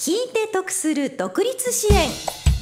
聞いて得する独立支援。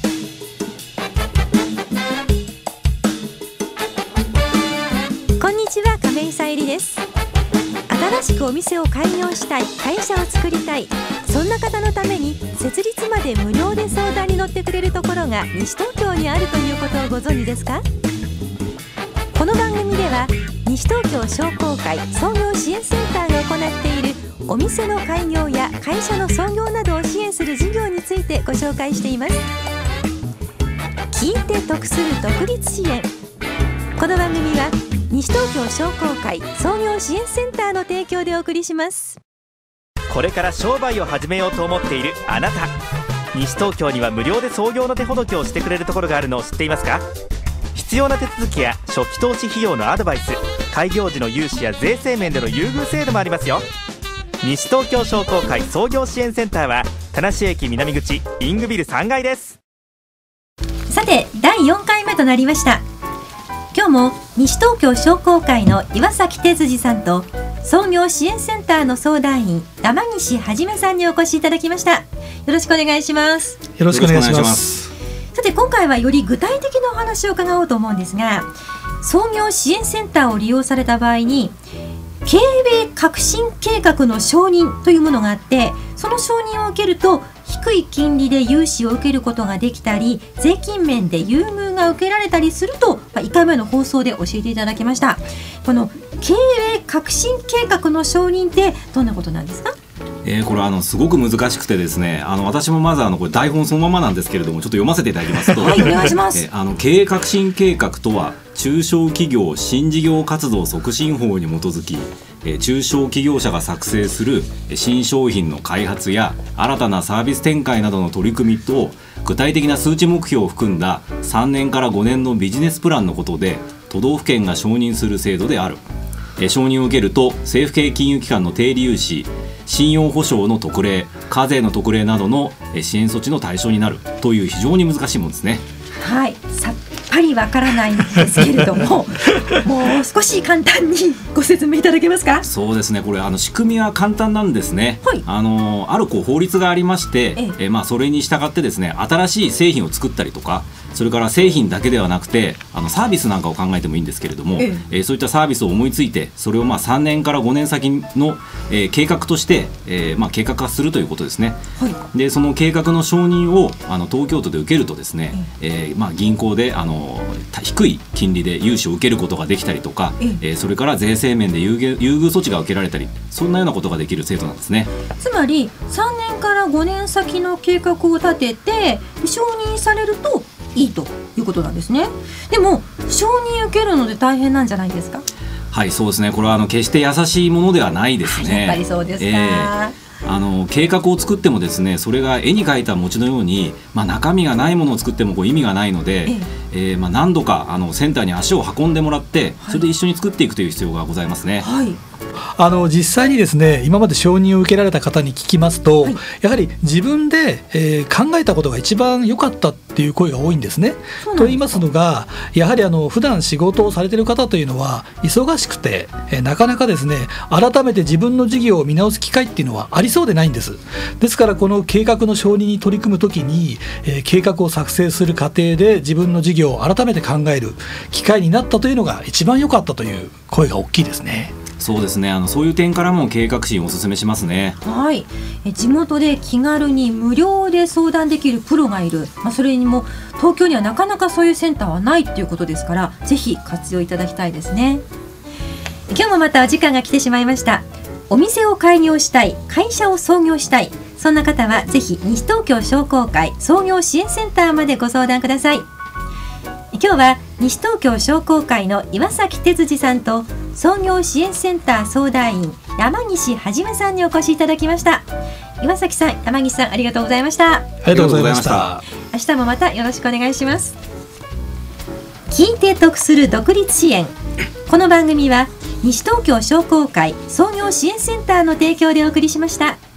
こんにちは、亀井さゆりです。新しくお店を開業したい、会社を作りたい、そんな方のために設立まで無料で相談に乗ってくれるところが西東京にあるということをご存知ですか？この番組では西東京商工会創業支援センターが行っているお店の開業や会社の創業などを支援する事業についてご紹介しています。聞いて得する独立支援。この番組は西東京商工会創業支援センターの提供でお送りします。 これから商売を始めようと思っているあなた、西東京には無料で創業の手ほどきをしてくれるところがあるのを知っていますか？必要な手続きや初期投資費用のアドバイス、開業時の融資や税制面での優遇制度もありますよ。西東京商工会創業支援センターは田無駅南口イングビル3階です。 さて、第4回目となりました。今日も西東京商工会の岩崎哲司さんと創業支援センターの相談員山岸はじめさんにお越しいただきました。よろしくお願いします。 よろしくお願いします。 さて、今回はより具体的なお話を伺おうと思うんですが、創業支援センターを利用された場合に経営革新計画の承認というものがあって、その承認を受けると低い金利で融資を受けることができたり、税金面で優遇が受けられたりすると1回目の放送で教えていただきました。この経営革新計画の承認ってどんなことなんですか？ これすごく難しくてですね、私もまずこれ台本そのままなんですけれども、ちょっと読ませていただきますと、 はい、お願いします。 経営革新計画とは、中小企業新事業活動促進法に基づき、中小企業者が作成する新商品の開発や新たなサービス展開などの取り組みと具体的な数値目標を含んだ3年から5年のビジネスプランのことで、都道府県が承認する制度である。承認を受けると政府系金融機関の低利融資、信用保証の特例、課税の特例などの支援措置の対象になるという非常に難しいものですね。 はい、さっぱりわからないんですけれどももう少し簡単にご説明いただけますか？ そうですね、これ仕組みは簡単なんですね。 はい、 ある法律がありまして、それに従ってですね、新しい製品を作ったりとか、それから製品だけではなくてサービスなんかを考えてもいいんですけれども、そういったサービスを思いついて、それを3年から5年先の、計画として、計画化するということですね。 はい、でその計画の承認を東京都で受けるとですね、銀行で低い金利で融資を受けることができたりとか、それから税制面で優遇措置が受けられたり、そんなようなことができる制度なんですね。 つまり3年から5年先の計画を立てて承認されるといいということなんですね。でも承認受けるので大変なんじゃないですか？ はい、そうですね、これは決して優しいものではないですね。 やっぱりそうですか。 計画を作ってもですね、それが絵に描いた餅のように、中身がないものを作っても意味がないので、何度かセンターに足を運んでもらって、それで一緒に作っていくという必要がございますね。 はい、 実際にですね、今まで承認を受けられた方に聞きますと、やはり自分で、考えたことが一番良かったっていう声が多いんですね。と言いますのが、やはり普段仕事をされている方というのは忙しくて、なかなかですね、改めて自分の事業を見直す機会っていうのはありそうでないんです。ですからこの計画の承認に取り組むときに、計画を作成する過程で自分の事業を改めて考える機会になったというのが一番良かったという声が大きいですね。 そうですね、そういう点からも経営革新をお勧めしますね。 はい、地元で気軽に無料で相談できるプロがいる、それにも東京にはなかなかそういうセンターはないということですから、ぜひ活用いただきたいですね。今日もまたお時間が来てしまいました。お店を開業したい、会社を創業したい、そんな方はぜひ西東京商工会創業支援センターまでご相談ください。今日は西東京商工会の岩崎哲司さんと創業支援センター相談員山岸はじめさんにお越しいただきました。岩崎さん、山岸さん、ありがとうございました。 ありがとうございました。 明日もまたよろしくお願いします。聞いて得する独立支援。この番組は西東京商工会創業支援センターの提供でお送りしました。